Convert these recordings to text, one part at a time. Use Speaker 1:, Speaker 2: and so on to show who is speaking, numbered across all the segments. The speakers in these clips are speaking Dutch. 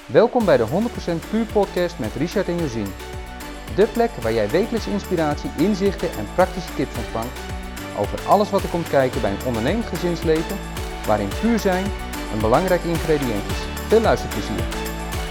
Speaker 1: Welkom bij de 100% Puur podcast met Richard en Josien. De plek waar jij wekelijks inspiratie, inzichten en praktische tips ontvangt over alles wat er komt kijken bij een ondernemend gezinsleven, waarin puur zijn een belangrijk ingrediënt is. Veel luisterplezier.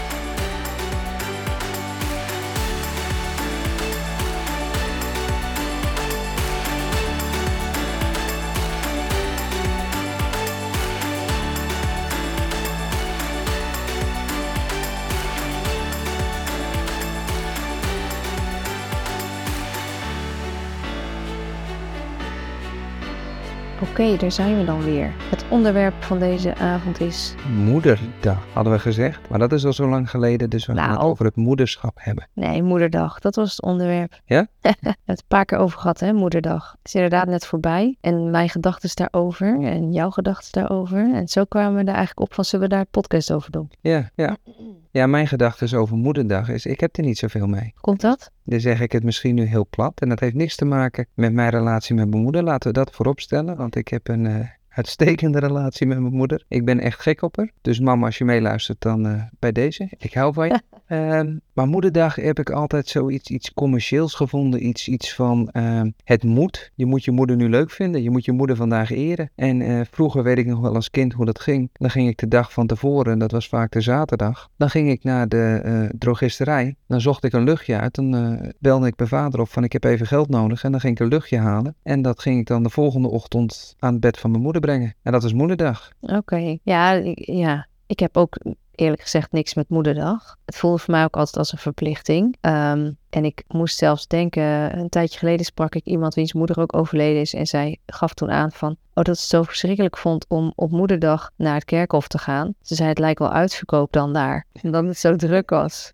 Speaker 2: Oké, daar zijn we dan weer. Het onderwerp van deze avond is...
Speaker 1: Moederdag hadden we gezegd, maar dat is al zo lang geleden, dus we gaan het over het moederschap hebben.
Speaker 2: Nee, moederdag, dat was het onderwerp.
Speaker 1: Ja?
Speaker 2: We hebben het een paar keer over gehad, hè, moederdag. Het is inderdaad net voorbij. En mijn gedachten daarover en jouw gedachten daarover. En zo kwamen we er eigenlijk op van, zullen we daar een podcast over doen?
Speaker 1: Ja. Ja, mijn gedachten over moederdag is, ik heb er niet zoveel mee.
Speaker 2: Komt dat?
Speaker 1: Dan zeg ik het misschien nu heel plat. En dat heeft niks te maken met mijn relatie met mijn moeder. Laten we dat voorop stellen. Want ik heb een uitstekende relatie met mijn moeder. Ik ben echt gek op haar. Dus mama, als je meeluistert, dan bij deze. Ik hou van je. Maar moederdag heb ik altijd iets commercieels gevonden. Iets van het moet. Je moet je moeder nu leuk vinden. Je moet je moeder vandaag eren. En vroeger weet ik nog wel als kind hoe dat ging. Dan ging ik de dag van tevoren, en dat was vaak de zaterdag. Dan ging ik naar de drogisterij. Dan zocht ik een luchtje uit. Dan belde ik mijn vader op van ik heb even geld nodig. En dan ging ik een luchtje halen. En dat ging ik dan de volgende ochtend aan het bed van mijn moeder brengen. En dat is moederdag.
Speaker 2: Oké. Ja, ik heb ook eerlijk gezegd niks met moederdag. Het voelde voor mij ook altijd als een verplichting. En ik moest zelfs denken, een tijdje geleden sprak ik iemand wiens moeder ook overleden is. En zij gaf toen aan van, dat ze het zo verschrikkelijk vond om op moederdag naar het kerkhof te gaan. Ze zei, het lijkt wel uitverkoop dan daar. Omdat het zo druk was.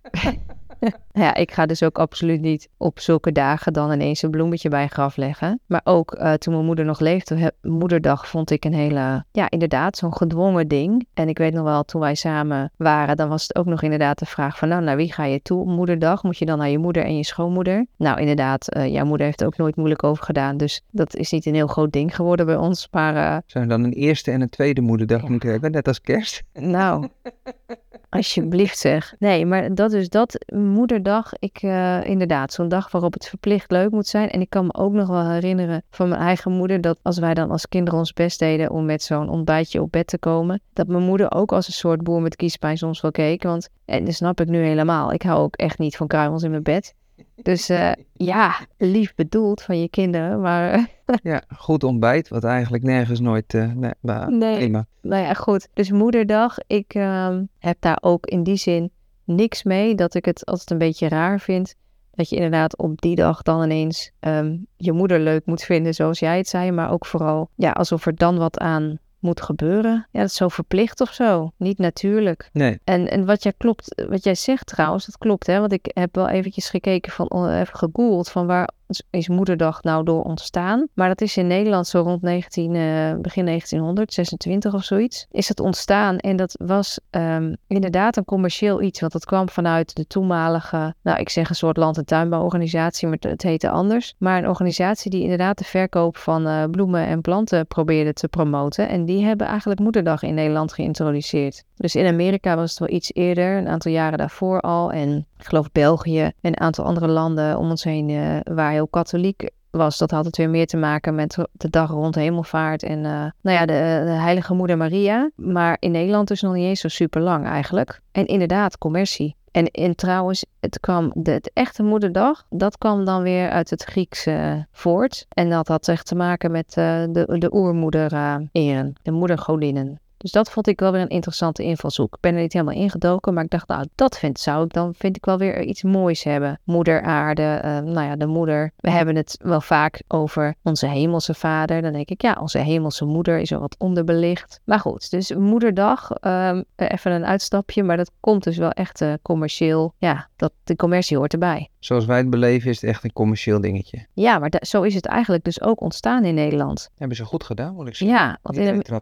Speaker 2: Ja, ik ga dus ook absoluut niet op zulke dagen dan ineens een bloemetje bij een graf leggen. Maar ook toen mijn moeder nog leefde, moederdag vond ik een hele, inderdaad, zo'n gedwongen ding. En ik weet nog wel, toen wij samen waren, dan was het ook nog inderdaad de vraag van, naar wie ga je toe op moederdag? Moet je dan naar je moeder en je schoonmoeder? Nou, inderdaad, jouw moeder heeft er ook nooit moeilijk over gedaan. Dus dat is niet een heel groot ding geworden bij ons. Maar
Speaker 1: zou je dan een eerste en een tweede moederdag moeten hebben, net als kerst?
Speaker 2: Nou... Alsjeblieft zeg. Nee, maar dat is dat. Moederdag, inderdaad, zo'n dag waarop het verplicht leuk moet zijn. En ik kan me ook nog wel herinneren van mijn eigen moeder, dat als wij dan als kinderen ons best deden om met zo'n ontbijtje op bed te komen, dat mijn moeder ook als een soort boer met kiespijn soms wel keek. Want, en dat snap ik nu helemaal, ik hou ook echt niet van kruimels in mijn bed. Dus lief bedoeld van je kinderen, maar...
Speaker 1: Ja, goed ontbijt, wat eigenlijk nergens nooit...
Speaker 2: Nee,
Speaker 1: prima.
Speaker 2: Nou ja, goed. Dus moederdag, ik heb daar ook in die zin niks mee, dat ik het altijd een beetje raar vind. Dat je inderdaad op die dag dan ineens je moeder leuk moet vinden, zoals jij het zei. Maar ook vooral, alsof er dan wat aan moet gebeuren. Ja, dat is zo verplicht of zo. Niet natuurlijk.
Speaker 1: Nee.
Speaker 2: En wat jij zegt trouwens, dat klopt, hè. Want ik heb wel eventjes gekeken even gegoogeld van waar is moederdag nou door ontstaan. Maar dat is in Nederland zo rond begin 1926 of zoiets. Is het ontstaan en dat was inderdaad een commercieel iets. Want dat kwam vanuit de toenmalige, ik zeg een soort land- en tuinbouworganisatie, maar het heette anders. Maar een organisatie die inderdaad de verkoop van bloemen en planten probeerde te promoten. En die hebben eigenlijk moederdag in Nederland geïntroduceerd. Dus in Amerika was het wel iets eerder, een aantal jaren daarvoor al. En ik geloof België en een aantal andere landen om ons heen waar heel katholiek was. Dat had het weer meer te maken met de dag rond Hemelvaart en de Heilige Moeder Maria. Maar in Nederland dus nog niet eens zo super lang eigenlijk. En inderdaad, commercie. En trouwens, het echte moederdag, dat kwam dan weer uit het Grieks voort. En dat had echt te maken met de oermoeder eren, de moedergodinnen. Dus dat vond ik wel weer een interessante invalshoek. Ik ben er niet helemaal ingedoken, maar ik dacht, vind ik wel weer iets moois hebben. Moeder aarde, de moeder. We hebben het wel vaak over onze hemelse vader. Dan denk ik, onze hemelse moeder is er wat onderbelicht. Maar goed, dus moederdag, even een uitstapje, maar dat komt dus wel echt commercieel. Ja, de commercie hoort erbij.
Speaker 1: Zoals wij het beleven is het echt een commercieel dingetje.
Speaker 2: Ja, maar zo is het eigenlijk dus ook ontstaan in Nederland.
Speaker 1: Hebben ze goed gedaan, moet ik zeggen.
Speaker 2: Ja, want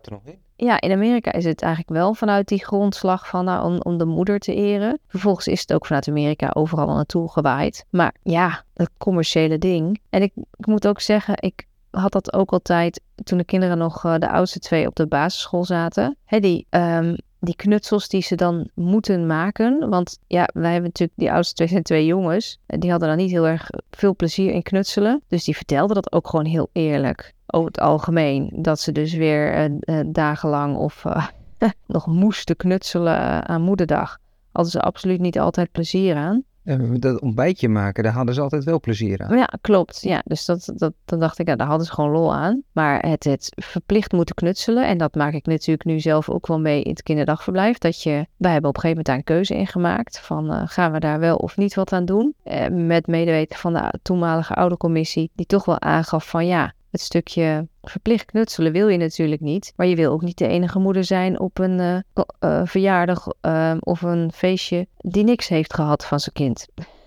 Speaker 2: in Amerika is het eigenlijk wel vanuit die grondslag van om de moeder te eren. Vervolgens is het ook vanuit Amerika overal naartoe gewaaid. Maar het commerciële ding. En ik moet ook zeggen, ik had dat ook altijd toen de kinderen nog de oudste 2 op de basisschool zaten. Die die knutsels die ze dan moeten maken. Want ja, wij hebben natuurlijk, die oudste zijn 2 jongens. Die hadden dan niet heel erg veel plezier in knutselen. Dus die vertelden dat ook gewoon heel eerlijk. Over het algemeen. Dat ze dus weer dagenlang of nog moesten knutselen aan moederdag. Hadden ze absoluut niet altijd plezier aan.
Speaker 1: Dat ontbijtje maken, daar hadden ze altijd wel plezier aan.
Speaker 2: Ja, klopt. Ja, dus dan dacht ik, ja, daar hadden ze gewoon lol aan. Maar het verplicht moeten knutselen, en dat maak ik natuurlijk nu zelf ook wel mee in het kinderdagverblijf. Wij hebben op een gegeven moment daar een keuze in gemaakt. Van gaan we daar wel of niet wat aan doen? Met medeweten van de toenmalige oudercommissie, die toch wel aangaf van ja, het stukje verplicht knutselen wil je natuurlijk niet. Maar je wil ook niet de enige moeder zijn op een verjaardag of een feestje die niks heeft gehad van zijn kind.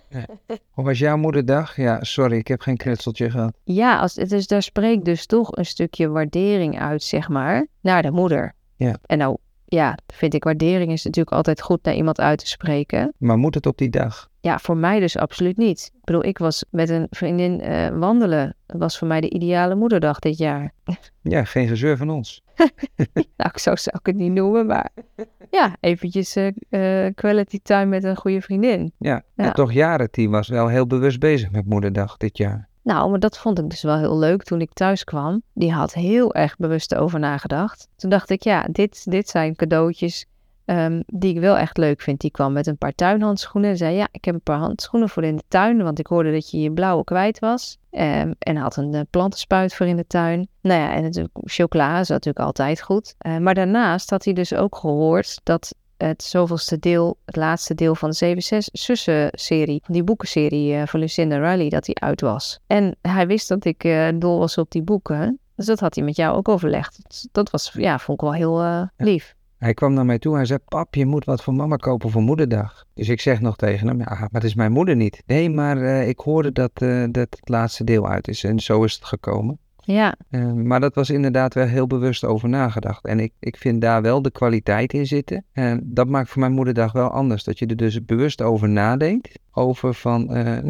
Speaker 1: Hoe was jouw moederdag? Ja, sorry, ik heb geen knutseltje gehad.
Speaker 2: Ja, dus daar spreekt dus toch een stukje waardering uit, zeg maar, naar de moeder.
Speaker 1: Ja.
Speaker 2: En nou, ja, vind ik waardering is natuurlijk altijd goed naar iemand uit te spreken.
Speaker 1: Maar moet het op die dag?
Speaker 2: Ja, voor mij dus absoluut niet. Ik bedoel, ik was met een vriendin wandelen. Dat was voor mij de ideale moederdag dit jaar.
Speaker 1: Ja, geen gezeur van ons.
Speaker 2: Nou, zou ik het niet noemen, maar ja, eventjes quality time met een goede vriendin.
Speaker 1: Ja, en toch Jarentie was wel heel bewust bezig met moederdag dit jaar.
Speaker 2: Nou, maar dat vond ik dus wel heel leuk toen ik thuis kwam. Die had heel erg bewust over nagedacht. Toen dacht ik, ja, dit zijn cadeautjes die ik wel echt leuk vind. Die kwam met een paar tuinhandschoenen en zei, ja, ik heb een paar handschoenen voor in de tuin, want ik hoorde dat je je blauwe kwijt was. En had een plantenspuit voor in de tuin. Nou ja, en natuurlijk chocola is natuurlijk altijd goed. Maar daarnaast had hij dus ook gehoord dat het zoveelste deel, het laatste deel van de 7 zussen-serie, van die boekenserie van Lucinda Riley, dat die uit was. En hij wist dat ik dol was op die boeken. Dus dat had hij met jou ook overlegd. Dat was, ja, vond ik wel heel lief.
Speaker 1: Hij kwam naar mij toe en zei, pap, je moet wat voor mama kopen voor moederdag. Dus ik zeg nog tegen hem, ja, maar het is mijn moeder niet. Nee, maar ik hoorde dat het laatste deel uit is en zo is het gekomen.
Speaker 2: Ja.
Speaker 1: Maar dat was inderdaad wel heel bewust over nagedacht. En ik vind daar wel de kwaliteit in zitten. En dat maakt voor mijn moederdag wel anders. Dat je er dus bewust over nadenkt. Over van,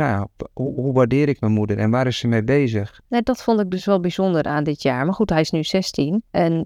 Speaker 1: hoe waardeer ik mijn moeder en waar is ze mee bezig?
Speaker 2: Nee, dat vond ik dus wel bijzonder aan dit jaar. Maar goed, hij is nu 16. En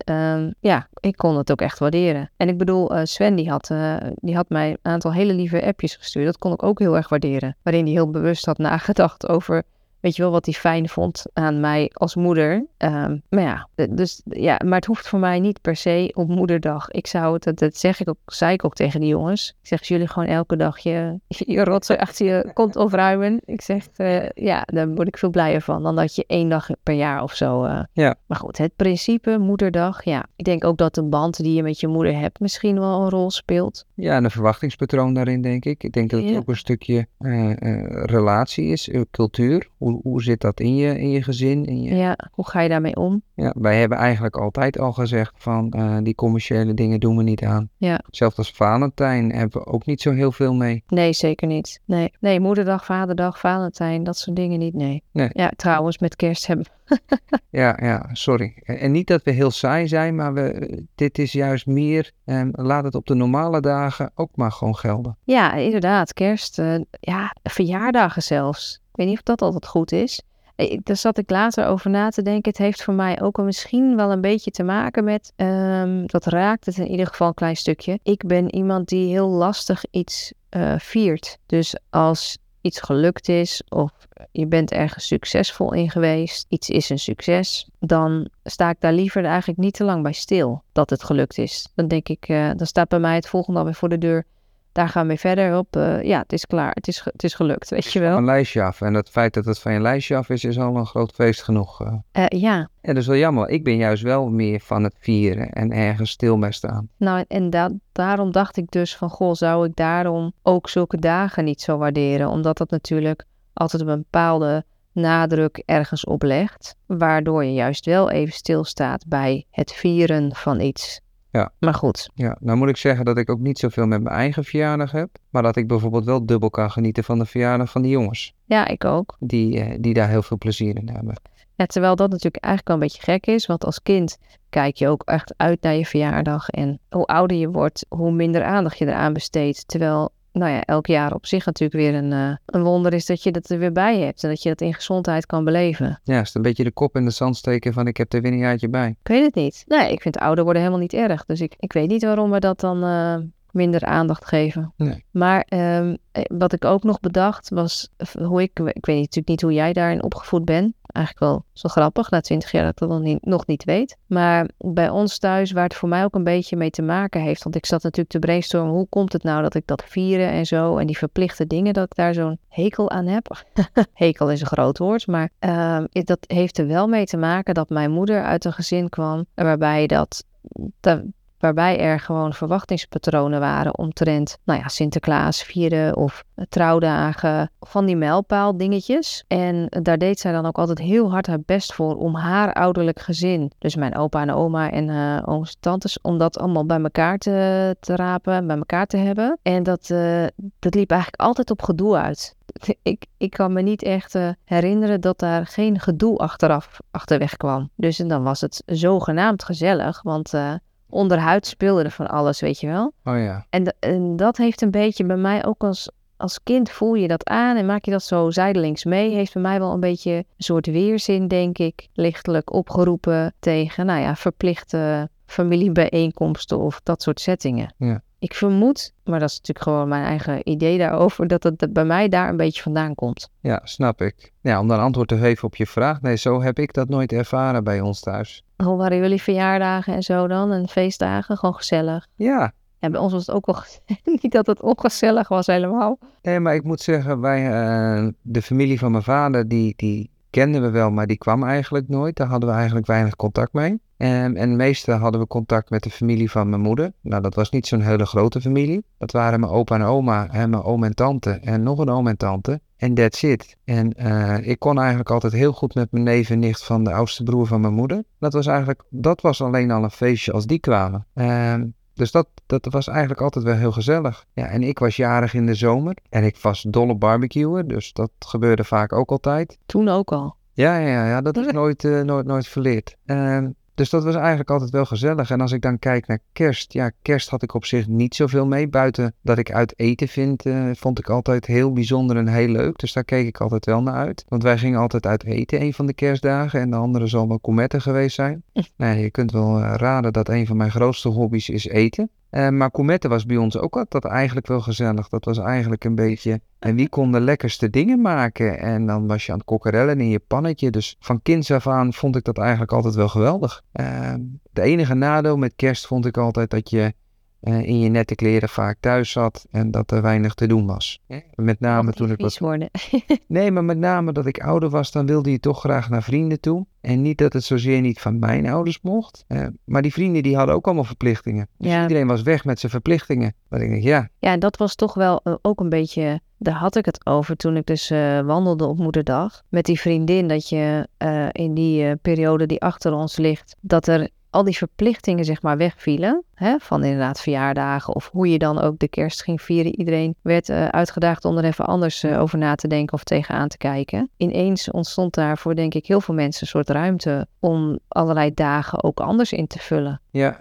Speaker 2: ik kon het ook echt waarderen. En ik bedoel, Sven die had mij een aantal hele lieve appjes gestuurd. Dat kon ik ook heel erg waarderen. Waarin hij heel bewust had nagedacht over, weet je wel, wat hij fijn vond aan mij als moeder. Maar het hoeft voor mij niet per se op moederdag. Ik zou het, dat zei ik ook tegen die jongens. Ik zeg, jullie gewoon elke dag je rotzooi achter je kont opruimen. Ik zeg, daar word ik veel blijer van dan dat je 1 dag per jaar of zo.
Speaker 1: Ja.
Speaker 2: Maar goed, het principe moederdag, ja. Ik denk ook dat de band die je met je moeder hebt misschien wel een rol speelt.
Speaker 1: Ja, en een verwachtingspatroon daarin, denk ik. Ik denk dat het ook een stukje relatie is, cultuur. Hoe zit dat in je gezin?
Speaker 2: Ja, hoe ga je daarmee om?
Speaker 1: Ja, wij hebben eigenlijk altijd al gezegd van die commerciële dingen doen we niet aan.
Speaker 2: Ja.
Speaker 1: Zelfs als Valentijn hebben we ook niet zo heel veel mee.
Speaker 2: Nee, zeker niet. Nee, moederdag, vaderdag, Valentijn, dat soort dingen niet, nee. Ja, trouwens, met kerst hebben
Speaker 1: Ja, sorry. En niet dat we heel saai zijn, maar dit is juist meer, laat het op de normale dagen ook maar gewoon gelden.
Speaker 2: Ja, inderdaad, kerst, verjaardagen zelfs. Ik weet niet of dat altijd goed is. Daar zat ik later over na te denken. Het heeft voor mij ook misschien wel een beetje te maken met, dat raakt het in ieder geval een klein stukje. Ik ben iemand die heel lastig iets viert. Dus als iets gelukt is of je bent ergens succesvol in geweest, iets is een succes, dan sta ik daar liever eigenlijk niet te lang bij stil dat het gelukt is. Dan denk ik, dan staat bij mij het volgende alweer voor de deur. Daar gaan we mee verder op. Het is klaar. Het is gelukt, weet je wel.
Speaker 1: Een lijstje af. En het feit dat het van je lijstje af is al een groot feest genoeg.
Speaker 2: Ja.
Speaker 1: En dat is wel jammer. Ik ben juist wel meer van het vieren en ergens stil bij staan.
Speaker 2: Nou, en daarom dacht ik dus van, goh, zou ik daarom ook zulke dagen niet zo waarderen? Omdat dat natuurlijk altijd een bepaalde nadruk ergens oplegt. Waardoor je juist wel even stilstaat bij het vieren van iets.
Speaker 1: Ja.
Speaker 2: Maar goed.
Speaker 1: Ja, nou moet ik zeggen dat ik ook niet zoveel met mijn eigen verjaardag heb. Maar dat ik bijvoorbeeld wel dubbel kan genieten van de verjaardag van die jongens.
Speaker 2: Ja, ik ook.
Speaker 1: Die daar heel veel plezier in hebben.
Speaker 2: Ja, terwijl dat natuurlijk eigenlijk wel een beetje gek is. Want als kind kijk je ook echt uit naar je verjaardag. En hoe ouder je wordt, hoe minder aandacht je eraan besteedt. Terwijl nou ja, elk jaar op zich natuurlijk weer een wonder is dat je dat er weer bij hebt. En dat je dat in gezondheid kan beleven.
Speaker 1: Ja, is het een beetje de kop in de zand steken van ik heb er weer een jaartje bij.
Speaker 2: Ik weet het niet. Nee, ik vind ouder worden helemaal niet erg. Dus ik weet niet waarom we dat dan minder aandacht geven.
Speaker 1: Nee.
Speaker 2: Maar wat ik ook nog bedacht was hoe ik weet natuurlijk niet hoe jij daarin opgevoed bent. Eigenlijk wel zo grappig, na 20 jaar dat ik dat nog niet weet. Maar bij ons thuis, waar het voor mij ook een beetje mee te maken heeft. Want ik zat natuurlijk te brainstormen, hoe komt het nou dat ik dat vieren en zo. En die verplichte dingen, dat ik daar zo'n hekel aan heb. Hekel is een groot woord, maar dat heeft er wel mee te maken dat mijn moeder uit een gezin kwam waarbij er gewoon verwachtingspatronen waren omtrent, nou ja, Sinterklaas vieren of trouwdagen, van die mijlpaaldingetjes. En daar deed zij dan ook altijd heel hard haar best voor om haar ouderlijk gezin, dus mijn opa en oma en ooms en tantes, om dat allemaal bij elkaar te rapen, bij elkaar te hebben. En dat liep eigenlijk altijd op gedoe uit. Ik kan me niet echt herinneren dat daar geen gedoe achterweg kwam. Dus en dan was het zogenaamd gezellig, want onderhuid speelde er van alles, weet je wel.
Speaker 1: Oh ja.
Speaker 2: En dat heeft een beetje bij mij ook als kind voel je dat aan en maak je dat zo zijdelings mee. Heeft bij mij wel een beetje een soort weerzin, denk ik, lichtelijk opgeroepen tegen, nou ja, verplichte familiebijeenkomsten of dat soort settingen.
Speaker 1: Ja.
Speaker 2: Ik vermoed, maar dat is natuurlijk gewoon mijn eigen idee daarover, dat het bij mij daar een beetje vandaan komt.
Speaker 1: Ja, snap ik. Ja, om dan antwoord te geven op je vraag. Nee, zo heb ik dat nooit ervaren bij ons thuis.
Speaker 2: Hoe waren jullie verjaardagen en zo dan? En feestdagen? Gewoon gezellig?
Speaker 1: Ja.
Speaker 2: Ja, bij ons was het ook wel niet dat het ongezellig was helemaal.
Speaker 1: Nee, maar ik moet zeggen, de familie van mijn vader, die kenden we wel, maar die kwam eigenlijk nooit. Daar hadden we eigenlijk weinig contact mee. En het meeste hadden we contact met de familie van mijn moeder. Nou, dat was niet zo'n hele grote familie. Dat waren mijn opa en oma en mijn oom en tante en nog een oom en tante. En that's it. En ik kon eigenlijk altijd heel goed met mijn neef en nicht van de oudste broer van mijn moeder. Dat was alleen al een feestje als die kwamen. Dus dat was eigenlijk altijd wel heel gezellig. Ja, en ik was jarig in de zomer. En ik was dolle barbecuer. Dus dat gebeurde vaak ook altijd.
Speaker 2: Toen ook al?
Speaker 1: Ja, dat is nooit verleerd. Dus dat was eigenlijk altijd wel gezellig. En als ik dan kijk naar kerst. Ja, kerst had ik op zich niet zoveel mee. Buiten dat ik uit eten vond ik altijd heel bijzonder en heel leuk. Dus daar keek ik altijd wel naar uit. Want wij gingen altijd uit eten een van de kerstdagen. En de andere zal wel gourmetten geweest zijn. Nou, je kunt wel raden dat een van mijn grootste hobby's is eten. Maar gourmetten was bij ons ook altijd eigenlijk wel gezellig. Dat was eigenlijk een beetje. En wie kon de lekkerste dingen maken? En dan was je aan het kokkerellen in je pannetje. Dus van kinds af aan vond ik dat eigenlijk altijd wel geweldig. De enige nadeel met kerst vond ik altijd dat je in je nette kleren vaak thuis zat en dat er weinig te doen was. Met name toen ik was. Nee, maar met name dat ik ouder was, dan wilde je toch graag naar vrienden toe. En niet dat het zozeer niet van mijn ouders mocht. Maar die vrienden die hadden ook allemaal verplichtingen. Dus iedereen was weg met zijn verplichtingen. Maar ik denk, ja.
Speaker 2: Ja, dat was toch wel ook een beetje. Daar had ik het over toen ik dus wandelde op moederdag. Met die vriendin, dat je in die periode die achter ons ligt, dat er al die verplichtingen zeg maar wegvielen. Hè? Van inderdaad verjaardagen of hoe je dan ook de kerst ging vieren. Iedereen werd uitgedaagd om er even anders over na te denken of tegenaan te kijken. Ineens ontstond daar voor denk ik heel veel mensen een soort ruimte om allerlei dagen ook anders in te vullen.
Speaker 1: Ja.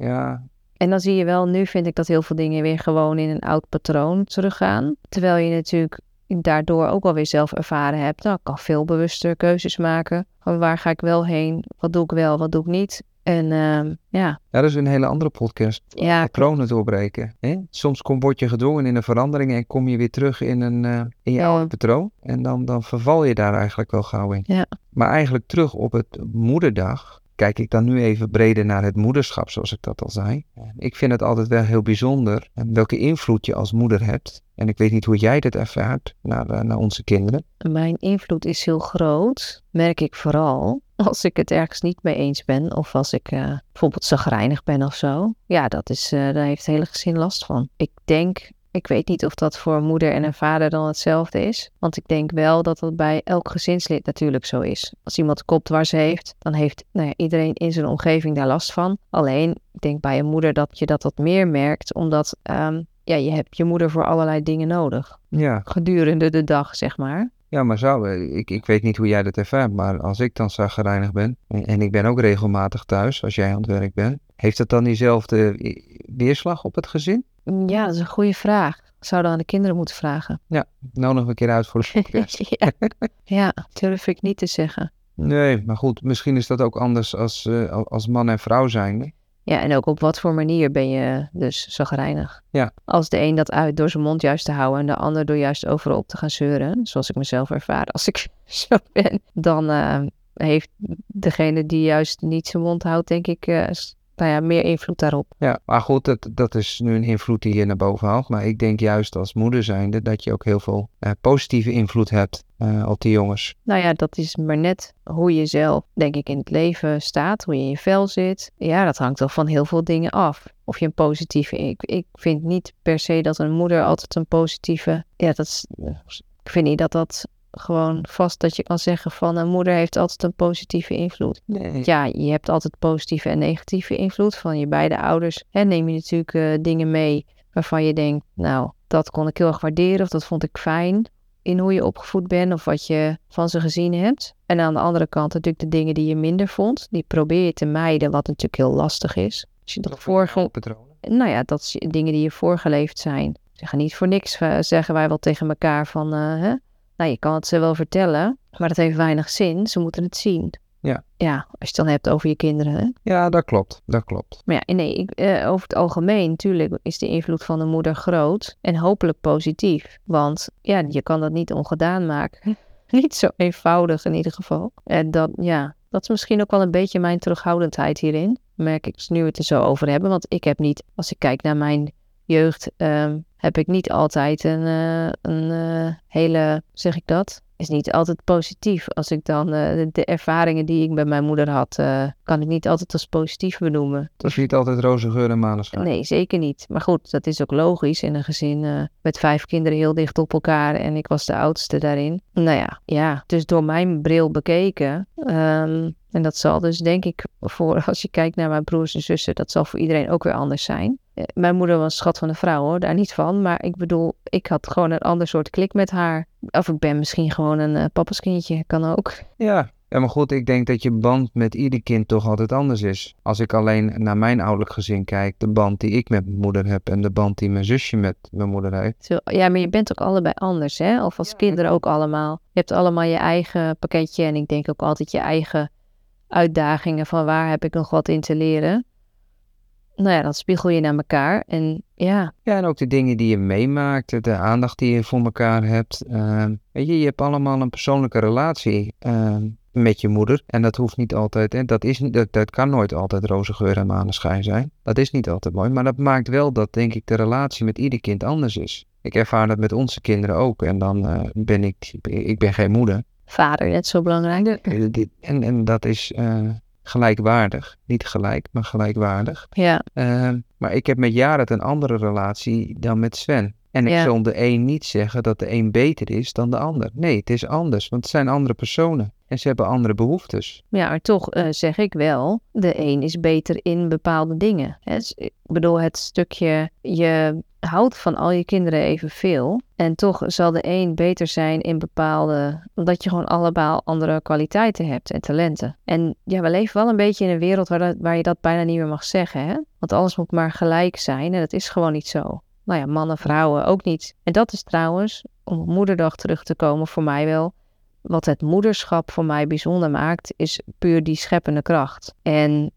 Speaker 2: En dan zie je wel, nu vind ik dat heel veel dingen weer gewoon in een oud patroon teruggaan. Terwijl je natuurlijk daardoor ook alweer zelf ervaren hebt. Nou, ik kan veel bewuster keuzes maken. Waar ga ik wel heen? Wat doe ik wel? Wat doe ik niet? En ja.
Speaker 1: Ja, dat is een hele andere podcast.
Speaker 2: Ja,
Speaker 1: patronen doorbreken. Hè? Soms word je gedwongen in een verandering en kom je weer terug in je oude patroon. En dan verval je daar eigenlijk wel gauw in.
Speaker 2: Ja.
Speaker 1: Maar eigenlijk terug op het moederdag. Kijk ik dan nu even breder naar het moederschap, zoals ik dat al zei. Ik vind het altijd wel heel bijzonder welke invloed je als moeder hebt. En ik weet niet hoe jij dit ervaart naar onze kinderen.
Speaker 2: Mijn invloed is heel groot, merk ik vooral als ik het ergens niet mee eens ben. Of als ik bijvoorbeeld chagrijnig ben of zo. Ja, daar heeft het hele gezin last van. Ik weet niet of dat voor een moeder en een vader dan hetzelfde is. Want ik denk wel dat dat bij elk gezinslid natuurlijk zo is. Als iemand kopdwars heeft, dan heeft iedereen in zijn omgeving daar last van. Alleen, ik denk bij een moeder dat je dat wat meer merkt. Omdat je hebt je moeder voor allerlei dingen nodig.
Speaker 1: Ja.
Speaker 2: Gedurende de dag, zeg maar.
Speaker 1: Ja, maar ik weet niet hoe jij dat ervaart. Maar als ik dan chagrijnig ben, en ik ben ook regelmatig thuis als jij aan het werk bent. Heeft het dan diezelfde weerslag op het gezin?
Speaker 2: Ja, dat is een goede vraag. zouden aan de kinderen moeten vragen.
Speaker 1: Nodig een keer uit voor de podcast.
Speaker 2: Ja, durf ik niet te zeggen.
Speaker 1: Nee, maar goed, misschien is dat ook anders als man en vrouw zijnde.
Speaker 2: Ja, en ook op wat voor manier ben je dus chagrijnig.
Speaker 1: Ja.
Speaker 2: Als de een dat uit door zijn mond juist te houden en de ander door juist overal op te gaan zeuren, zoals ik mezelf ervaar als ik zo ben, dan heeft degene die juist niet zijn mond houdt, denk ik, meer invloed daarop.
Speaker 1: Ja, maar goed, dat is nu een invloed die je naar boven haalt. Maar ik denk juist als moeder zijnde dat je ook heel veel positieve invloed hebt op die jongens.
Speaker 2: Nou ja, dat is maar net hoe je zelf, denk ik, in het leven staat, hoe je in je vel zit. Ja, dat hangt wel van heel veel dingen af. Of je een positieve... Ik vind niet per se dat een moeder altijd een positieve... Ja, ik vind niet dat gewoon vast dat je kan zeggen van een moeder heeft altijd een positieve invloed.
Speaker 1: Nee.
Speaker 2: Ja, je hebt altijd positieve en negatieve invloed van je beide ouders. En neem je natuurlijk dingen mee waarvan je denkt, nou, dat kon ik heel erg waarderen of dat vond ik fijn in hoe je opgevoed bent of wat je van ze gezien hebt. En aan de andere kant natuurlijk de dingen die je minder vond, die probeer je te mijden, wat natuurlijk heel lastig is. Als je dat nou ja, dat is dingen die je voorgeleefd zijn. Ze gaan niet voor niks zeggen wij wel tegen elkaar van, nou, je kan het ze wel vertellen, maar dat heeft weinig zin. Ze moeten het zien.
Speaker 1: Ja.
Speaker 2: Ja, als je het dan hebt over je kinderen. Hè?
Speaker 1: Ja, dat klopt.
Speaker 2: Maar ja, nee, over het algemeen natuurlijk is de invloed van de moeder groot en hopelijk positief. Want ja, je kan dat niet ongedaan maken. Niet zo eenvoudig in ieder geval. En dat is misschien ook wel een beetje mijn terughoudendheid hierin. Merk ik nu we het er zo over hebben. Want ik heb niet, als ik kijk naar mijn jeugd, heb ik niet altijd een hele, zeg ik dat? Is niet altijd positief. Als ik dan de ervaringen die ik bij mijn moeder had, kan ik niet altijd als positief benoemen.
Speaker 1: Dat is niet altijd roze geur en maneschijn.
Speaker 2: Nee, zeker niet. Maar goed, dat is ook logisch in een gezin met 5 kinderen heel dicht op elkaar en ik was de oudste daarin. Nou ja, dus door mijn bril bekeken. En dat zal dus denk ik voor, als je kijkt naar mijn broers en zussen, dat zal voor iedereen ook weer anders zijn. Mijn moeder was schat van een vrouw hoor, daar niet van. Maar ik bedoel, ik had gewoon een ander soort klik met haar. Of ik ben misschien gewoon een papa's kindje, kan ook.
Speaker 1: Ja, maar goed, ik denk dat je band met ieder kind toch altijd anders is. Als ik alleen naar mijn ouderlijk gezin kijk, de band die ik met mijn moeder heb en de band die mijn zusje met mijn moeder heeft.
Speaker 2: Ja, maar je bent ook allebei anders, hè? Of als kinderen ook allemaal. Je hebt allemaal je eigen pakketje en ik denk ook altijd je eigen uitdagingen van waar heb ik nog wat in te leren. Nou ja, dat spiegel je naar elkaar en ja.
Speaker 1: Ja, en ook de dingen die je meemaakt, de aandacht die je voor elkaar hebt. Weet je hebt allemaal een persoonlijke relatie met je moeder. En dat hoeft niet altijd, en dat kan nooit altijd roze geur en maneschijn zijn. Dat is niet altijd mooi, maar dat maakt wel dat, denk ik, de relatie met ieder kind anders is. Ik ervaar dat met onze kinderen ook en dan ben ik ben geen moeder.
Speaker 2: Vader, net zo belangrijk.
Speaker 1: En dat is gelijkwaardig. Niet gelijk, maar gelijkwaardig.
Speaker 2: Ja.
Speaker 1: Maar ik heb met Jared een andere relatie dan met Sven. En ik zal de een niet zeggen dat de een beter is dan de ander. Nee, het is anders, want het zijn andere personen. En ze hebben andere behoeftes.
Speaker 2: Ja, maar toch zeg ik wel, de een is beter in bepaalde dingen. Ik bedoel, het stukje, je houdt van al je kinderen evenveel. En toch zal de een beter zijn in bepaalde, omdat je gewoon allemaal andere kwaliteiten hebt en talenten. En ja, we leven wel een beetje in een wereld waar je dat bijna niet meer mag zeggen. Hè? Want alles moet maar gelijk zijn en dat is gewoon niet zo. Nou ja, mannen, vrouwen ook niet. En dat is trouwens, om op moederdag terug te komen, voor mij wel. Wat het moederschap voor mij bijzonder maakt, is puur die scheppende kracht. En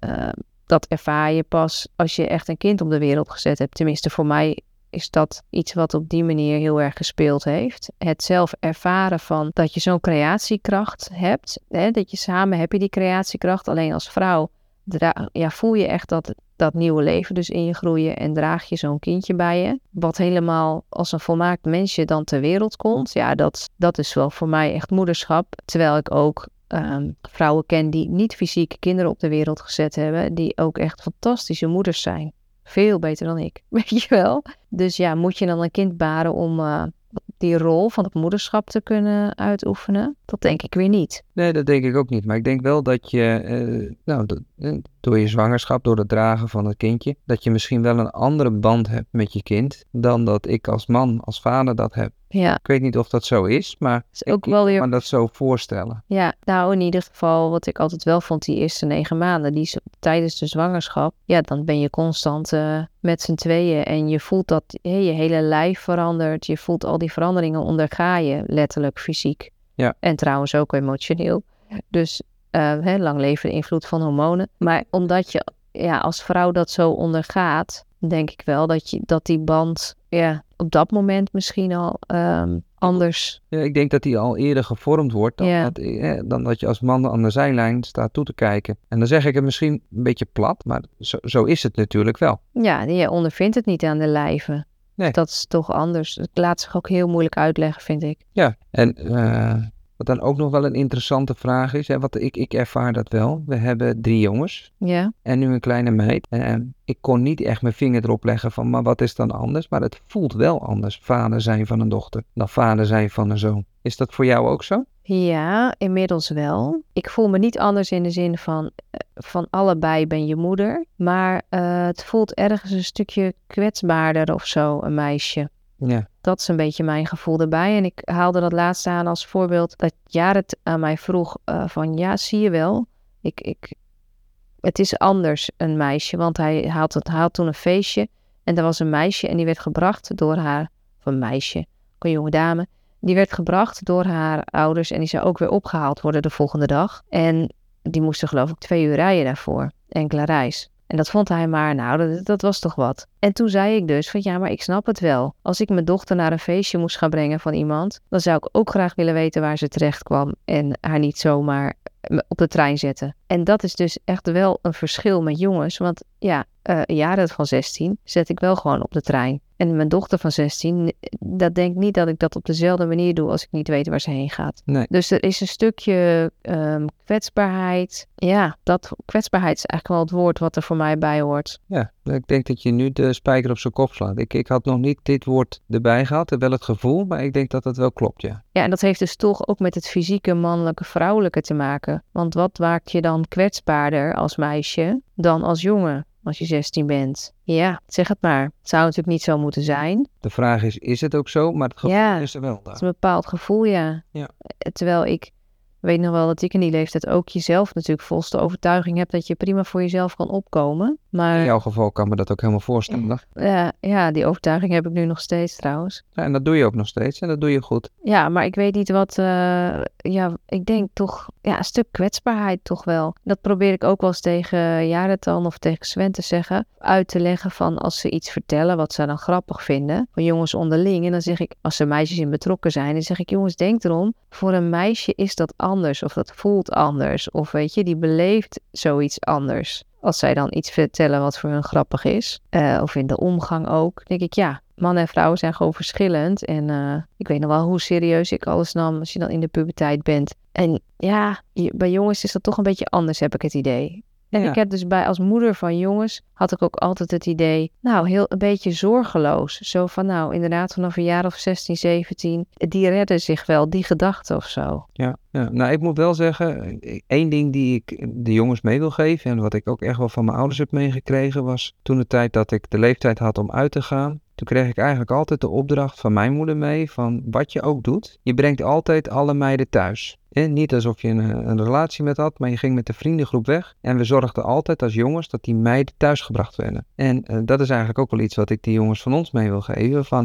Speaker 2: dat ervaar je pas als je echt een kind op de wereld gezet hebt. Tenminste, voor mij is dat iets wat op die manier heel erg gespeeld heeft. Het zelf ervaren van dat je zo'n creatiekracht hebt. Hè, dat je samen heb je die creatiekracht. Alleen als vrouw voel je echt dat nieuwe leven dus in je groeien en draag je zo'n kindje bij je. Wat helemaal als een volmaakt mensje dan ter wereld komt. Ja, dat is wel voor mij echt moederschap. Terwijl ik ook vrouwen ken die niet fysieke kinderen op de wereld gezet hebben. Die ook echt fantastische moeders zijn. Veel beter dan ik, weet je wel. Dus ja, moet je dan een kind baren om die rol van het moederschap te kunnen uitoefenen? Dat denk ik weer niet.
Speaker 1: Nee, dat denk ik ook niet. Maar ik denk wel dat je, door je zwangerschap, door het dragen van het kindje, dat je misschien wel een andere band hebt met je kind dan dat ik als man, als vader dat heb.
Speaker 2: Ja,
Speaker 1: Ik weet niet of dat zo is, maar
Speaker 2: is ook
Speaker 1: ik
Speaker 2: wel
Speaker 1: kan
Speaker 2: weer...
Speaker 1: me dat zo voorstellen.
Speaker 2: Ja, nou in ieder geval wat ik altijd wel vond, die eerste 9 maanden, tijdens de zwangerschap, ja, dan ben je constant met z'n tweeën en je voelt dat je hele lijf verandert. Je voelt al die veranderingen onderga je, letterlijk fysiek.
Speaker 1: Ja.
Speaker 2: En trouwens ook emotioneel. Dus lang leven de invloed van hormonen. Maar omdat je als vrouw dat zo ondergaat, denk ik wel dat die band op dat moment misschien al anders...
Speaker 1: Ja, ik denk dat die al eerder gevormd wordt dan dat je als man aan de zijlijn staat toe te kijken. En dan zeg ik het misschien een beetje plat, maar zo is het natuurlijk wel.
Speaker 2: Ja, je ondervindt het niet aan de lijve.
Speaker 1: Nee.
Speaker 2: Dat is toch anders. Het laat zich ook heel moeilijk uitleggen, vind ik.
Speaker 1: Ja, en wat dan ook nog wel een interessante vraag is, hè, wat ik ervaar dat wel. We hebben 3 jongens
Speaker 2: Ja,
Speaker 1: en nu een kleine meid. En ik kon niet echt mijn vinger erop leggen van, maar wat is dan anders? Maar het voelt wel anders, vader zijn van een dochter, dan vader zijn van een zoon. Is dat voor jou ook zo?
Speaker 2: ja, inmiddels wel. Ik voel me niet anders in de zin van allebei ben je moeder. Maar het voelt ergens een stukje kwetsbaarder of zo, een meisje.
Speaker 1: Ja.
Speaker 2: Dat is een beetje mijn gevoel erbij. En ik haalde dat laatst aan als voorbeeld dat Jared aan mij vroeg van ja, zie je wel. Het is anders een meisje, want hij had toen een feestje. En er was een meisje en die werd gebracht door haar, of een meisje, ook een jonge dame. Die werd gebracht door haar ouders en die zou ook weer opgehaald worden de volgende dag. En die moesten geloof ik 2 uur rijden daarvoor, enkele reis. En dat vond hij maar, nou, dat was toch wat. En toen zei ik dus van ja, maar ik snap het wel. Als ik mijn dochter naar een feestje moest gaan brengen van iemand, dan zou ik ook graag willen weten waar ze terecht kwam en haar niet zomaar op de trein zetten. En dat is dus echt wel een verschil met jongens, want ja, Jared van 16 zet ik wel gewoon op de trein. En mijn dochter van 16, dat denk niet dat ik dat op dezelfde manier doe als ik niet weet waar ze heen gaat.
Speaker 1: Nee.
Speaker 2: Dus er is een stukje kwetsbaarheid. Ja, kwetsbaarheid is eigenlijk wel het woord wat er voor mij bij hoort.
Speaker 1: Ja, ik denk dat je nu de spijker op zijn kop slaat. Ik had nog niet dit woord erbij gehad, wel het gevoel, maar ik denk dat het wel klopt, ja.
Speaker 2: Ja, en dat heeft dus toch ook met het fysieke, mannelijke, vrouwelijke te maken. Want wat maakt je dan kwetsbaarder als meisje dan als jongen? Als je 16 bent. Ja, zeg het maar. Het zou natuurlijk niet zo moeten zijn.
Speaker 1: De vraag is het ook zo? Maar het gevoel is er wel
Speaker 2: Het
Speaker 1: daar.
Speaker 2: is een bepaald gevoel, ja.
Speaker 1: Ja.
Speaker 2: Terwijl ik weet nog wel dat ik in die leeftijd ook jezelf natuurlijk volste overtuiging heb dat je prima voor jezelf kan opkomen. Maar
Speaker 1: In jouw geval kan me dat ook helemaal voorstellen.
Speaker 2: ja, die overtuiging heb ik nu nog steeds trouwens.
Speaker 1: Ja, en dat doe je ook nog steeds en dat doe je goed.
Speaker 2: Ja, maar ik weet niet wat, ik denk toch, een stuk kwetsbaarheid toch wel. Dat probeer ik ook wel eens tegen Jared dan of tegen Sven te zeggen. Uit te leggen van als ze iets vertellen wat ze dan grappig vinden. Van jongens onderling. En dan zeg ik, als er meisjes in betrokken zijn, dan zeg ik jongens denk erom. Voor een meisje is dat anders of dat voelt anders. Of weet je, die beleeft zoiets anders. Als zij dan iets vertellen wat voor hun grappig is. Of in de omgang ook. Dan denk ik ja, mannen en vrouwen zijn gewoon verschillend. En ik weet nog wel hoe serieus ik alles nam als je dan in de puberteit bent. En ja, bij jongens is dat toch een beetje anders, heb ik het idee. En ik heb dus als moeder van jongens, had ik ook altijd het idee, nou, een beetje zorgeloos. Zo van, nou, inderdaad, vanaf een jaar of 16, 17, die redden zich wel, die gedachten of zo.
Speaker 1: Ja, nou, ik moet wel zeggen, 1 ding die ik de jongens mee wil geven en wat ik ook echt wel van mijn ouders heb meegekregen was toen de tijd dat ik de leeftijd had om uit te gaan. Toen kreeg ik eigenlijk altijd de opdracht van mijn moeder mee van wat je ook doet, je brengt altijd alle meiden thuis. Niet alsof je een relatie met had, maar je ging met de vriendengroep weg. En we zorgden altijd als jongens dat die meiden thuisgebracht werden. En dat is eigenlijk ook wel iets wat ik die jongens van ons mee wil geven. Van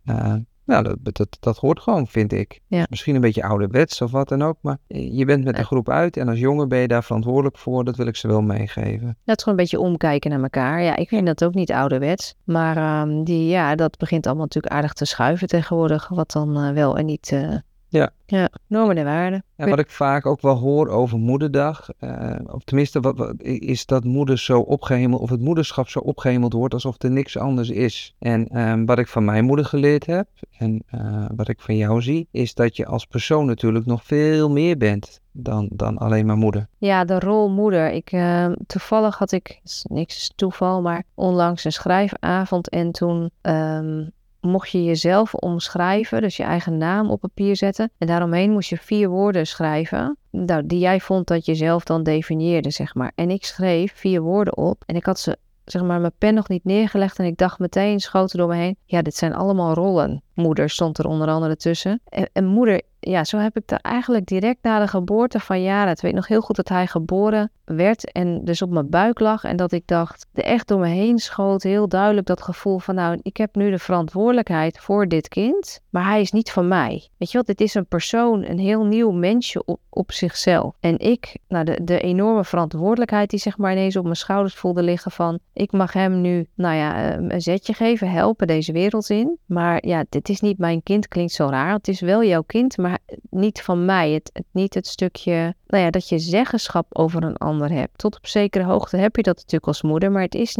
Speaker 1: nou, dat hoort gewoon, vind ik.
Speaker 2: Ja.
Speaker 1: Misschien een beetje ouderwets of wat dan ook. Maar je bent met de groep uit en als jongen ben je daar verantwoordelijk voor. Dat wil ik ze wel meegeven.
Speaker 2: Dat is gewoon een beetje omkijken naar elkaar. Ja, ik vind dat ook niet ouderwets. Maar dat begint allemaal natuurlijk aardig te schuiven tegenwoordig. Wat dan wel en niet... Ja, normen en waarden.
Speaker 1: Ja, wat ik vaak ook wel hoor over moederdag, of tenminste wat is dat moeders zo opgehemeld, of het moederschap zo opgehemeld wordt alsof er niks anders is. En wat ik van mijn moeder geleerd heb, en wat ik van jou zie, is dat je als persoon natuurlijk nog veel meer bent dan alleen maar moeder.
Speaker 2: Ja, de rol moeder. Toevallig had ik, niks is toeval, maar onlangs een schrijfavond en toen... mocht je jezelf omschrijven, dus je eigen naam op papier zetten. En daaromheen moest je 4 woorden schrijven, die jij vond dat je zelf dan definieerde, zeg maar. En ik schreef 4 woorden op en ik had ze zeg maar mijn pen nog niet neergelegd en ik dacht meteen, schoten door me heen, ja, dit zijn allemaal rollen. Moeder stond er onder andere tussen. En moeder, ja, zo heb ik daar eigenlijk direct na de geboorte van Jara, ik weet nog heel goed dat hij geboren werd en dus op mijn buik lag en dat ik dacht, er echt door me heen schoot heel duidelijk dat gevoel van, nou, ik heb nu de verantwoordelijkheid voor dit kind, maar hij is niet van mij. Weet je wat, dit is een persoon, een heel nieuw mensje op zichzelf. En ik, nou, de enorme verantwoordelijkheid die zeg maar ineens op mijn schouders voelde liggen van, ik mag hem nu, nou ja, een zetje geven, helpen deze wereld in, maar ja, dit is niet mijn kind, klinkt zo raar, het is wel jouw kind, maar niet van mij. Niet het stukje, nou ja, dat je zeggenschap over een ander hebt. Tot op zekere hoogte heb je dat natuurlijk als moeder, maar het is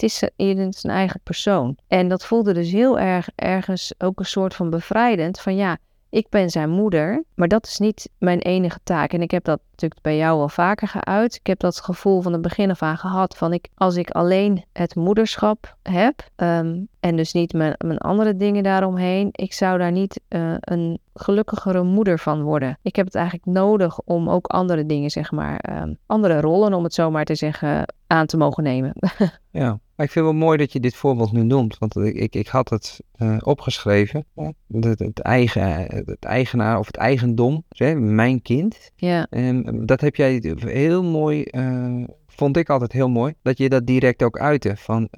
Speaker 2: zijn eigen persoon. En dat voelde dus heel erg ergens ook een soort van bevrijdend van ja, ik ben zijn moeder, maar dat is niet mijn enige taak. En ik heb dat natuurlijk bij jou wel vaker geuit. Ik heb dat gevoel van het begin af aan gehad van als ik alleen het moederschap heb en dus niet mijn andere dingen daaromheen, ik zou daar niet een gelukkigere moeder van worden. Ik heb het eigenlijk nodig om ook andere dingen, zeg maar, andere rollen, om het zo maar te zeggen, aan te mogen nemen.
Speaker 1: Ja, maar ik vind het wel mooi dat je dit voorbeeld nu noemt, want ik had het opgeschreven. Het eigenaar of het eigendom, mijn kind.
Speaker 2: Ja.
Speaker 1: Dat heb jij heel mooi, vond ik altijd heel mooi, dat je dat direct ook uitte.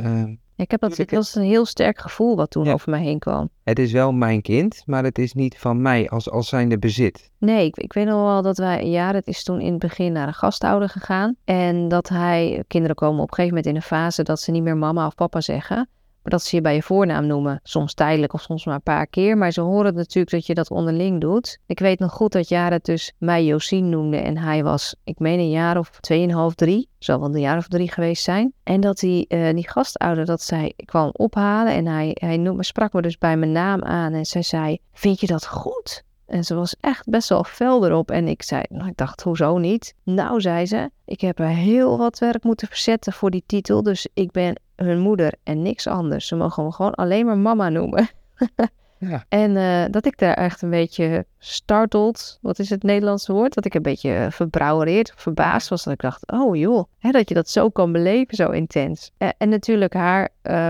Speaker 2: Het was een heel sterk gevoel wat toen over mij heen kwam.
Speaker 1: Het is wel mijn kind, maar het is niet van mij als zijnde bezit.
Speaker 2: Nee, ik weet nog wel dat het is toen in het begin naar een gastouder gegaan. En dat kinderen komen op een gegeven moment in een fase dat ze niet meer mama of papa zeggen. Maar dat ze je bij je voornaam noemen. Soms tijdelijk of soms maar een paar keer. Maar ze horen natuurlijk dat je dat onderling doet. Ik weet nog goed dat Jared dus mij Josien noemde. En hij was, ik meen een jaar of 2,5, 3. Zal wel een jaar of 3 geweest zijn. En dat die gastouder dat zij kwam ophalen. En hij sprak me dus bij mijn naam aan. En zij zei, vind je dat goed? En ze was echt best wel fel erop. En ik dacht, hoezo niet? Nou, zei ze, ik heb er heel wat werk moeten verzetten voor die titel. Dus ik ben hun moeder en niks anders. Ze mogen me gewoon alleen maar mama noemen.
Speaker 1: Ja.
Speaker 2: En dat ik daar echt een beetje startled, wat is het Nederlandse woord? Dat ik een beetje verbrouwereerd, verbaasd was. Dat ik dacht, oh joh, dat je dat zo kan beleven, zo intens. En natuurlijk haar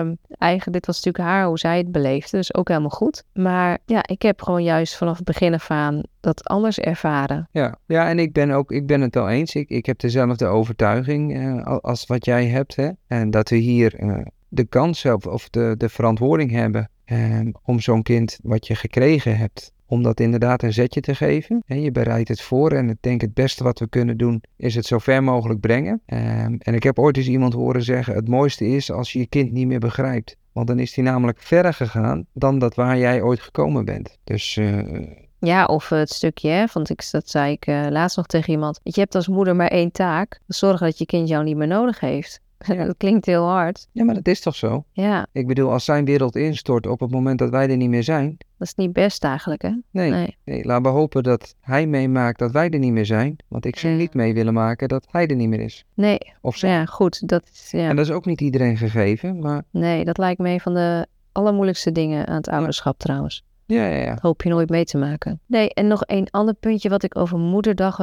Speaker 2: dit was natuurlijk hoe zij het beleefde, dus ook helemaal goed. Maar ja, ik heb gewoon juist vanaf het begin af aan dat anders ervaren.
Speaker 1: Ja, en ik ben het wel eens. Ik heb dezelfde overtuiging als wat jij hebt. Hè? En dat we hier de kans of de verantwoording hebben om zo'n kind wat je gekregen hebt, om dat inderdaad een zetje te geven. Je bereidt het voor en ik denk het beste wat we kunnen doen is het zo ver mogelijk brengen. En ik heb ooit eens iemand horen zeggen, het mooiste is als je je kind niet meer begrijpt. Want dan is hij namelijk verder gegaan dan dat waar jij ooit gekomen bent. Dus...
Speaker 2: Ja, of het stukje, want dat zei ik laatst nog tegen iemand. Je hebt als moeder maar 1 taak, zorgen dat je kind jou niet meer nodig heeft. Dat klinkt heel hard.
Speaker 1: Ja, maar dat is toch zo?
Speaker 2: Ja.
Speaker 1: Ik bedoel, als zijn wereld instort op het moment dat wij er niet meer zijn.
Speaker 2: Dat is niet best eigenlijk, hè?
Speaker 1: Nee. Laten we hopen dat hij meemaakt dat wij er niet meer zijn. Want ik zou niet mee willen maken dat hij er niet meer is.
Speaker 2: Nee.
Speaker 1: Of zo.
Speaker 2: Ja, goed.
Speaker 1: En dat is ook niet iedereen gegeven, maar...
Speaker 2: Nee, dat lijkt me een van de allermoeilijkste dingen aan het ouderschap trouwens.
Speaker 1: Ja.
Speaker 2: Dat hoop je nooit mee te maken. Nee, en nog een ander puntje wat ik over Moederdag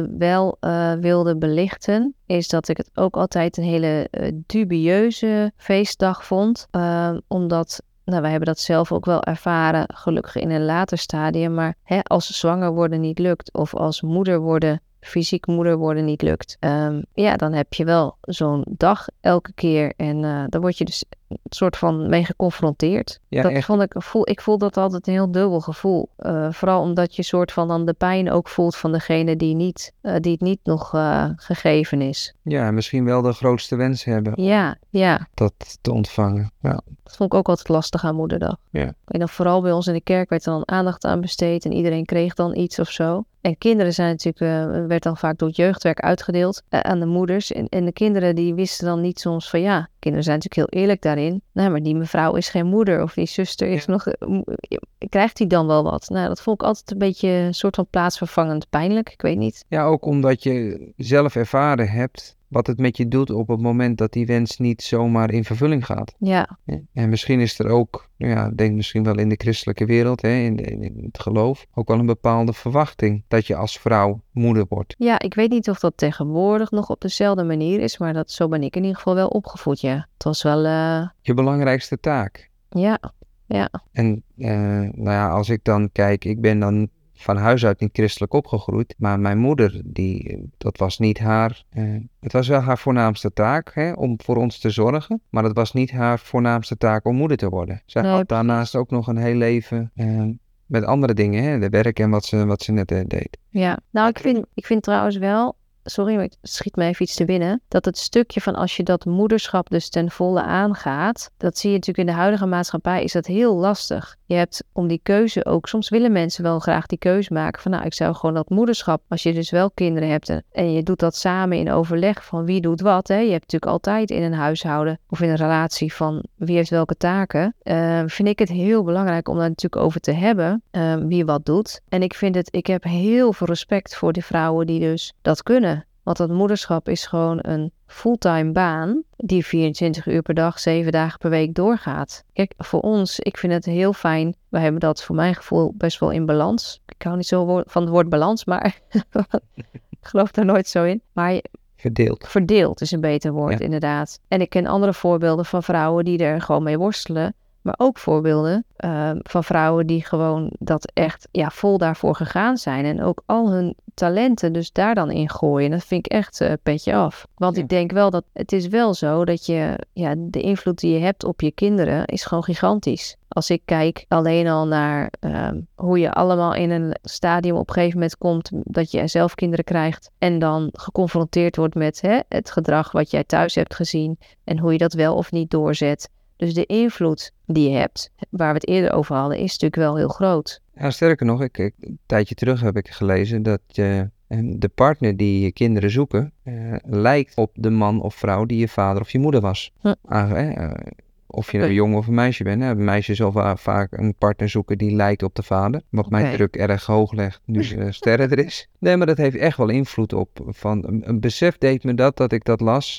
Speaker 2: wilde belichten, is dat ik het ook altijd een hele dubieuze feestdag vond. Omdat, wij hebben dat zelf ook wel ervaren, gelukkig in een later stadium, maar als zwanger worden niet lukt of als fysiek moeder worden niet lukt, dan heb je wel zo'n dag elke keer en daar word je dus een soort van mee geconfronteerd.
Speaker 1: Ja,
Speaker 2: dat
Speaker 1: echt.
Speaker 2: ik voel dat altijd een heel dubbel gevoel. Vooral omdat je soort van dan de pijn ook voelt van degene die het niet nog gegeven is.
Speaker 1: Ja, misschien wel de grootste wens hebben
Speaker 2: Ja.
Speaker 1: dat te ontvangen. Ja.
Speaker 2: Dat vond ik ook altijd lastig aan Moederdag.
Speaker 1: Ja.
Speaker 2: En dan vooral bij ons in de kerk werd er dan aandacht aan besteed en iedereen kreeg dan iets of zo. En kinderen zijn natuurlijk, werd dan vaak door het jeugdwerk uitgedeeld aan de moeders. En de kinderen die wisten dan niet soms van kinderen zijn natuurlijk heel eerlijk daarin. Nou, maar die mevrouw is geen moeder of die zuster is nog, krijgt die dan wel wat? Nou, dat vond ik altijd een beetje een soort van plaatsvervangend pijnlijk, ik weet niet.
Speaker 1: Ja, ook omdat je zelf ervaren hebt wat het met je doet op het moment dat die wens niet zomaar in vervulling gaat.
Speaker 2: Ja,
Speaker 1: En misschien is er ook, ik denk misschien wel in de christelijke wereld, in het geloof, ook wel een bepaalde verwachting dat je als vrouw moeder wordt.
Speaker 2: ja, ik weet niet of dat tegenwoordig nog op dezelfde manier is, maar zo ben ik in ieder geval wel opgevoed, ja. Het was wel,
Speaker 1: Je belangrijkste taak.
Speaker 2: ja.
Speaker 1: En als ik dan kijk, ik ben dan van huis uit niet christelijk opgegroeid, maar mijn moeder, dat was niet haar, het was wel haar voornaamste taak, om voor ons te zorgen, maar het was niet haar voornaamste taak om moeder te worden. Zij
Speaker 2: Nee,
Speaker 1: had daarnaast ook nog een heel leven met andere dingen, de werk en wat ze net deed.
Speaker 2: Ja, nou ik vind trouwens wel, sorry, maar het schiet me even iets te binnen, dat het stukje van als je dat moederschap dus ten volle aangaat, dat zie je natuurlijk in de huidige maatschappij, is dat heel lastig. Je hebt om die keuze ook, soms willen mensen wel graag die keuze maken van ik zou gewoon dat moederschap, als je dus wel kinderen hebt en je doet dat samen in overleg van wie doet wat, je hebt natuurlijk altijd in een huishouden of in een relatie van wie heeft welke taken, vind ik het heel belangrijk om daar natuurlijk over te hebben, wie wat doet. En ik heb heel veel respect voor de vrouwen die dus dat kunnen. Want dat moederschap is gewoon een fulltime baan die 24 uur per dag, 7 dagen per week doorgaat. Kijk, voor ons, ik vind het heel fijn. We hebben dat voor mijn gevoel best wel in balans. Ik hou niet zo van het woord balans, maar ik geloof daar nooit zo in. Maar verdeeld is een beter woord, inderdaad. En ik ken andere voorbeelden van vrouwen die er gewoon mee worstelen. Maar ook voorbeelden van vrouwen die gewoon dat echt vol daarvoor gegaan zijn. En ook al hun talenten dus daar dan in gooien. Dat vind ik echt petje af. Want ik denk wel dat het is wel zo dat je de invloed die je hebt op je kinderen is gewoon gigantisch. Als ik kijk alleen al naar hoe je allemaal in een stadium op een gegeven moment komt dat je zelf kinderen krijgt en dan geconfronteerd wordt met het gedrag wat jij thuis hebt gezien en hoe je dat wel of niet doorzet. Dus de invloed die je hebt, waar we het eerder over hadden, is natuurlijk wel heel groot.
Speaker 1: Ja, sterker nog, een tijdje terug heb ik gelezen dat de partner die je kinderen zoeken, lijkt op de man of vrouw die je vader of je moeder was. Of je een jongen of een meisje bent. Een meisje zal vaak een partner zoeken die lijkt op de vader. Wat mijn druk erg hoog legt nu sterren er is. Nee, maar dat heeft echt wel invloed op. Een besef deed me dat ik dat las.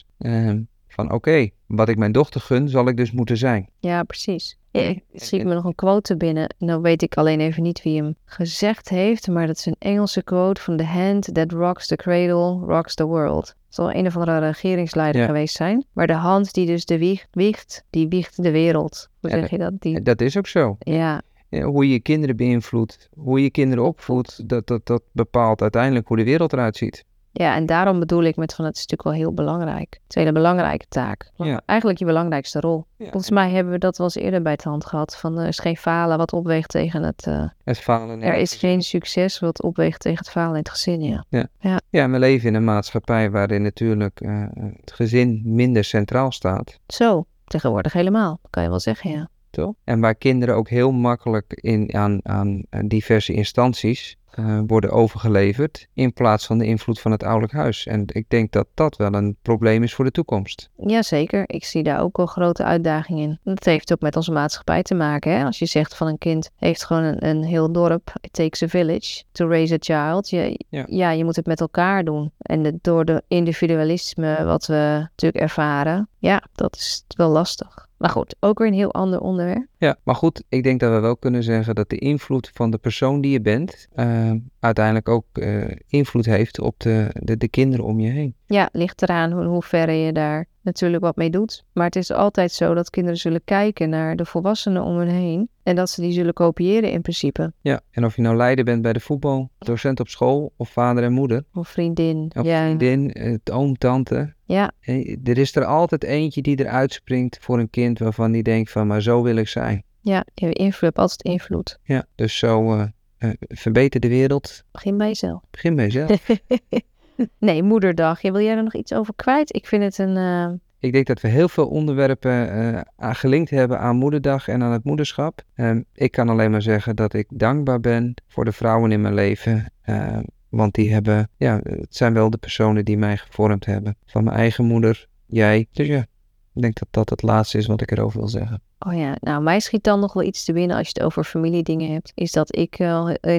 Speaker 1: Van oké, wat ik mijn dochter gun, zal ik dus moeten zijn.
Speaker 2: Ja, precies. Ik schiet me nog een quote binnen. Nou weet ik alleen even niet wie hem gezegd heeft, maar dat is een Engelse quote van The hand that rocks the cradle, rocks the world. Het zal een of andere regeringsleider geweest zijn. Maar de hand die dus de wiegt, die wiegt de wereld. Hoe zeg je dat?
Speaker 1: Dat is ook zo.
Speaker 2: Ja.
Speaker 1: Hoe je je kinderen beïnvloedt, hoe je je kinderen opvoedt, dat bepaalt uiteindelijk hoe de wereld eruit ziet.
Speaker 2: Ja, en daarom bedoel ik met van het is natuurlijk wel heel belangrijk. Het is een hele belangrijke taak.
Speaker 1: Ja.
Speaker 2: Eigenlijk je belangrijkste rol. Ja. Volgens mij hebben we dat wel eens eerder bij het hand gehad. Van er is geen falen wat opweegt tegen
Speaker 1: het falen.
Speaker 2: Er is geen succes wat opweegt tegen het falen in het gezin,
Speaker 1: Ja, we leven in een maatschappij waarin natuurlijk het gezin minder centraal staat.
Speaker 2: Zo, tegenwoordig helemaal. Kan je wel zeggen, ja.
Speaker 1: Toch? En waar kinderen ook heel makkelijk aan diverse instanties worden overgeleverd in plaats van de invloed van het ouderlijk huis. En ik denk dat dat wel een probleem is voor de toekomst.
Speaker 2: Jazeker, ik zie daar ook wel grote uitdagingen in. Dat heeft ook met onze maatschappij te maken. Hè? Als je zegt van een kind heeft gewoon een heel dorp, it takes a village to raise a child. Je moet het met elkaar doen. En door de individualisme wat we natuurlijk ervaren, dat is wel lastig. Maar goed, ook weer een heel ander onderwerp.
Speaker 1: Ja, maar goed, ik denk dat we wel kunnen zeggen dat de invloed van de persoon die je bent uiteindelijk ook invloed heeft op de kinderen om je heen.
Speaker 2: Ja, ligt eraan hoe ver je daar natuurlijk wat mee doet. Maar het is altijd zo dat kinderen zullen kijken naar de volwassenen om hen heen. En dat ze die zullen kopiëren in principe.
Speaker 1: Ja, en of je nou leider bent bij de voetbal, docent op school of vader en moeder.
Speaker 2: Of vriendin.
Speaker 1: Vriendin, oom, tante.
Speaker 2: Ja.
Speaker 1: Er is er altijd eentje die eruit springt voor een kind waarvan die denkt van maar zo wil ik zijn.
Speaker 2: Ja, je hebt invloed, hebt altijd invloed.
Speaker 1: Ja, dus zo verbeter de wereld.
Speaker 2: Begin bij jezelf.
Speaker 1: Begin bij jezelf.
Speaker 2: Nee, moederdag. Wil jij er nog iets over kwijt? Ik vind het
Speaker 1: Ik denk dat we heel veel onderwerpen gelinkt hebben aan moederdag en aan het moederschap. Ik kan alleen maar zeggen dat ik dankbaar ben voor de vrouwen in mijn leven. Want die hebben, het zijn wel de personen die mij gevormd hebben. Van mijn eigen moeder, jij. Dus ja, ik denk dat dat het laatste is wat ik erover wil zeggen.
Speaker 2: Oh ja, nou mij schiet dan nog wel iets te binnen als je het over familiedingen hebt. Is dat ik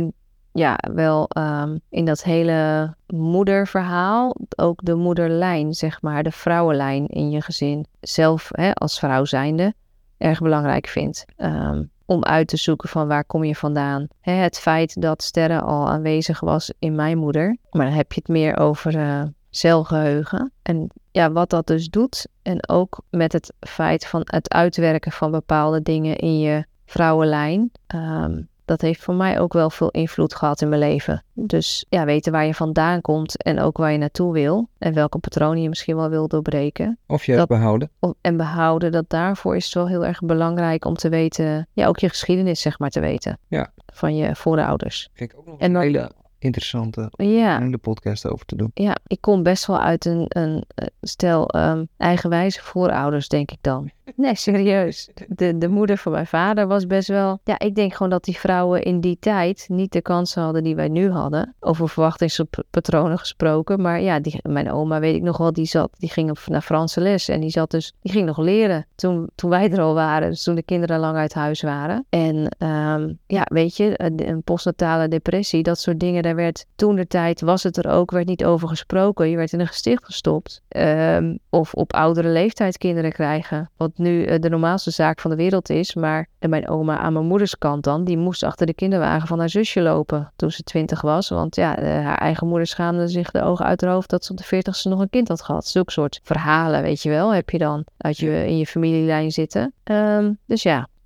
Speaker 2: wel in dat hele moederverhaal ook de moederlijn, zeg maar, de vrouwenlijn in je gezin zelf als vrouw zijnde erg belangrijk vindt. Om uit te zoeken van waar kom je vandaan. Het feit dat Sterre al aanwezig was in mijn moeder, maar dan heb je het meer over celgeheugen. En wat dat dus doet en ook met het feit van het uitwerken van bepaalde dingen in je vrouwenlijn. Dat heeft voor mij ook wel veel invloed gehad in mijn leven. Dus weten waar je vandaan komt en ook waar je naartoe wil. En welke patronen je misschien wel wil doorbreken.
Speaker 1: Of juist behouden.
Speaker 2: En behouden, dat daarvoor is het wel heel erg belangrijk om te weten. Ook je geschiedenis zeg maar te weten.
Speaker 1: Ja.
Speaker 2: Van je voorouders.
Speaker 1: Vind ik ook nog een hele interessante om de podcast over te doen.
Speaker 2: Ja, ik kom best wel uit een stel eigenwijze voorouders, denk ik dan. Nee, serieus. De moeder van mijn vader was best wel... ik denk gewoon dat die vrouwen in die tijd niet de kansen hadden die wij nu hadden. Over verwachtingspatronen gesproken. Maar mijn oma, weet ik nog wel, die ging naar Franse les. En die ging nog leren toen wij er al waren. Dus toen de kinderen lang uit huis waren. En weet je, een postnatale depressie, dat soort dingen, daar werd toentertijd, was het er ook, werd niet over gesproken. Je werd in een gesticht gestopt. Of op oudere leeftijd kinderen krijgen. Wat nu de normaalste zaak van de wereld is. Maar mijn oma aan mijn moeders kant dan, die moest achter de kinderwagen van haar zusje lopen toen ze 20 was. Want haar eigen moeder schaamde zich de ogen uit haar hoofd dat ze op de 40ste nog een kind had gehad. Zulke soort verhalen, weet je wel, heb je dan in je familielijn zitten. Dus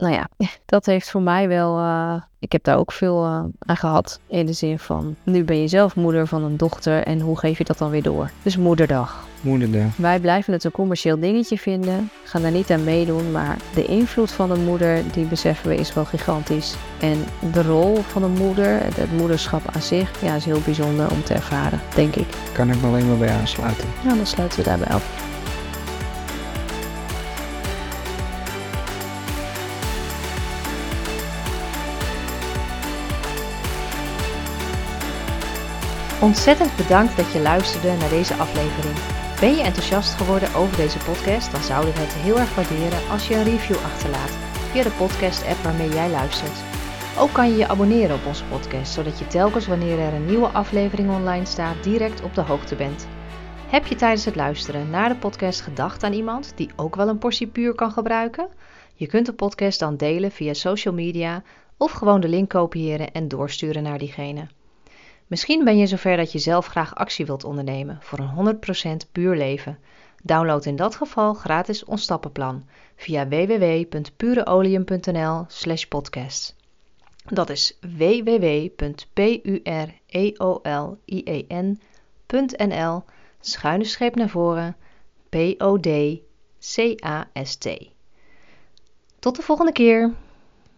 Speaker 2: dat heeft voor mij wel... ik heb daar ook veel aan gehad. In de zin van, nu ben je zelf moeder van een dochter en hoe geef je dat dan weer door? Dus moederdag. Wij blijven het een commercieel dingetje vinden. Gaan daar niet aan meedoen, maar de invloed van de moeder, die beseffen we, is wel gigantisch. En de rol van de moeder, het moederschap aan zich, is heel bijzonder om te ervaren, denk ik.
Speaker 1: Kan ik me alleen maar bij aansluiten.
Speaker 2: Nou, dan sluiten we daarbij af.
Speaker 3: Ontzettend bedankt dat je luisterde naar deze aflevering. Ben je enthousiast geworden over deze podcast? Dan zouden we het heel erg waarderen als je een review achterlaat via de podcast-app waarmee jij luistert. Ook kan je je abonneren op onze podcast, zodat je telkens wanneer er een nieuwe aflevering online staat direct op de hoogte bent. Heb je tijdens het luisteren naar de podcast gedacht aan iemand die ook wel een portie puur kan gebruiken? Je kunt de podcast dan delen via social media of gewoon de link kopiëren en doorsturen naar diegene. Misschien ben je zover dat je zelf graag actie wilt ondernemen voor een 100% puur leven. Download in dat geval gratis ons stappenplan via www.pureolium.nl/podcast. Dat is www.pureolien.nl/podcast. Tot de volgende keer!